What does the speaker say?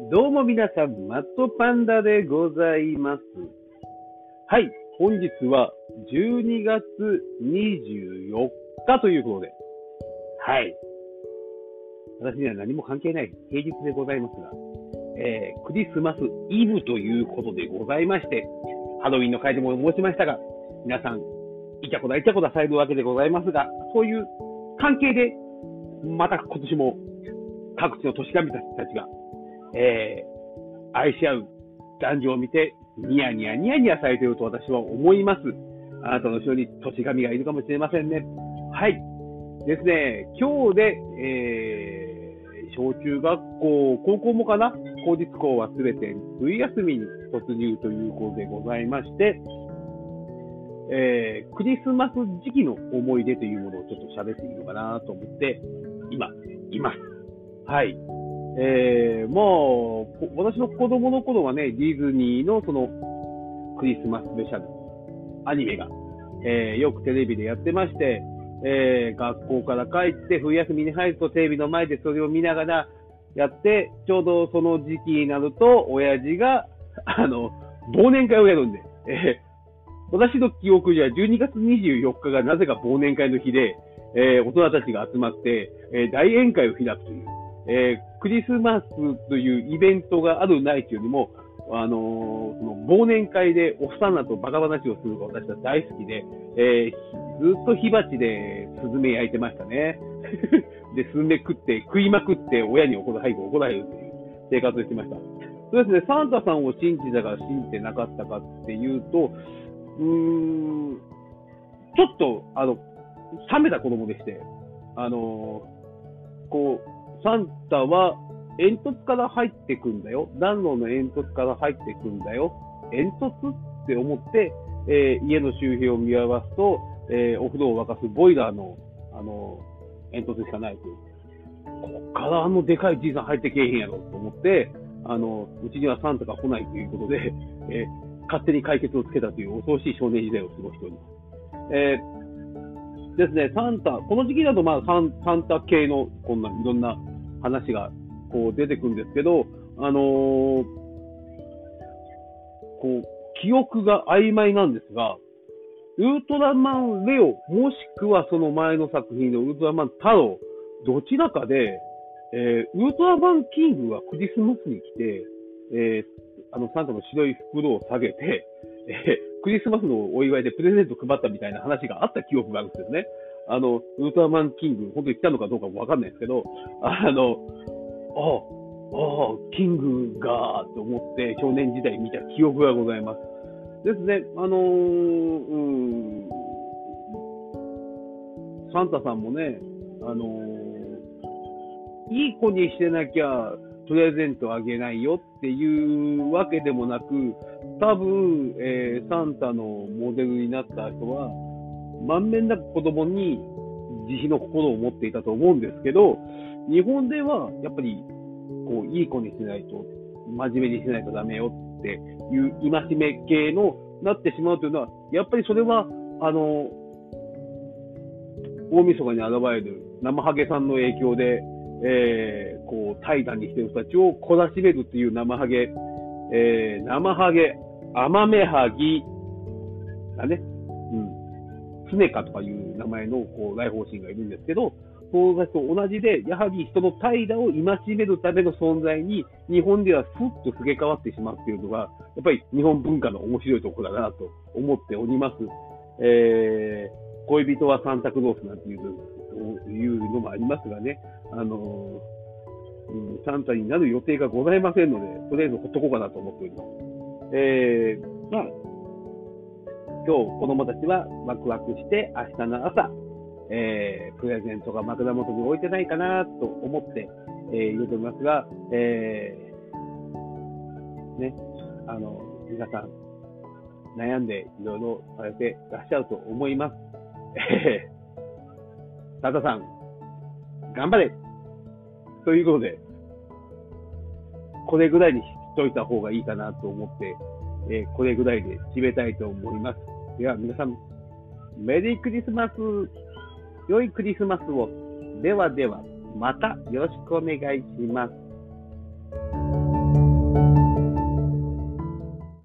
どうも皆さん、マットパンダでございます。はい、本日は12月24日ということで、はい、私には何も関係ない平日でございますが、クリスマスイブということでございまして、ハロウィンの回でも申しましたが、皆さん、いちゃこだされるわけでございますが、そういう関係で、また今年も各地の都市神たちが、愛し合う男女を見て、ニヤニヤされていると私は思います。あなたの後ろに都市神がいるかもしれませんね。はい。ですね、今日で、小中学校、高校もかな、公立校はすべて冬休みに突入ということでございまして、クリスマス時期の思い出というものをちょっと喋ってみようかなと思って、今、います。はい。もう、私の子供の頃はね、ディズニーのその、クリスマススペシャル、アニメが、よくテレビでやってまして、学校から帰って冬休みに入るとテレビの前でそれを見ながらやって、ちょうどその時期になると、親父が、忘年会をやるんで、私の記憶じゃ12月24日がなぜか忘年会の日で、大人たちが集まって、大宴会を開くという。クリスマスというイベントがあるないというよりも、その忘年会でおっさんらとバカ話をするのが私は大好きで、ずっと火鉢でスズメ焼いてましたね。で、スズメ食いまくって親に怒られるという生活をしてました。そうですね、サンタさんを信じたか信じてなかったかっていうと、ちょっと、冷めた子供でして、サンタは煙突から入ってくんだよ。暖炉の煙突から入ってくんだよ。煙突って思って、家の周辺を見回すと、お風呂を沸かすボイラーの、煙突しかないという。こっからでかいじいさん入ってけえへんやろと思って、うちにはサンタが来ないということで、勝手に解決をつけたという恐ろしい少年時代を過ごしております。ですね、この時期だとサンタ系のこんないろんな話がこう出てくるんですけど、記憶が曖昧なんですが、ウルトラマンレオ、もしくはその前の作品のウルトラマン太郎、どちらかで、ウルトラマンキングがクリスマスに来て、サンタの白い袋を下げて、クリスマスのお祝いでプレゼント配ったみたいな話があった記憶があるんですよね。ウルトラマンキング、本当に来たのかどうかもわかんないですけど、キングがと思って少年時代見た記憶がございます。ですね、サンタさんもね、いい子にしてなきゃプレゼントあげないよっていうわけでもなく、多分、サンタのモデルになった人は、満面なく子供に慈悲の心を持っていたと思うんですけど、日本ではやっぱりいい子にしないと、真面目にしないとダメよっていう戒め系のなってしまうというのは、やっぱりそれは大晦日に現れる生ハゲさんの影響で、怠惰にしている人たちを懲らしめるっていう生ハゲ、アマメハギだね。スネカとかいう名前の来訪神がいるんですけど、そうたちと同じで、やはり人の怠惰を戒めるための存在に、日本ではふっとすげ変わってしまうっていうのが、やっぱり日本文化の面白いところだなと思っております。恋人はサンタクロースなんていうのもありますがね、サンタになる予定がございませんので、とりあえずほっとこうかなと思っております。今日子供たちはワクワクして明日の朝、プレゼントが枕元に置いてないかなと思って、入れておりますが、皆さん悩んでいろいろされていらっしゃると思います。サンタさん、頑張れということで、これぐらいにしといた方がいいかなと思って、これぐらいで締めたいと思います。では皆さん、メリークリスマス、良いクリスマスを。ではでは、またよろしくお願いします。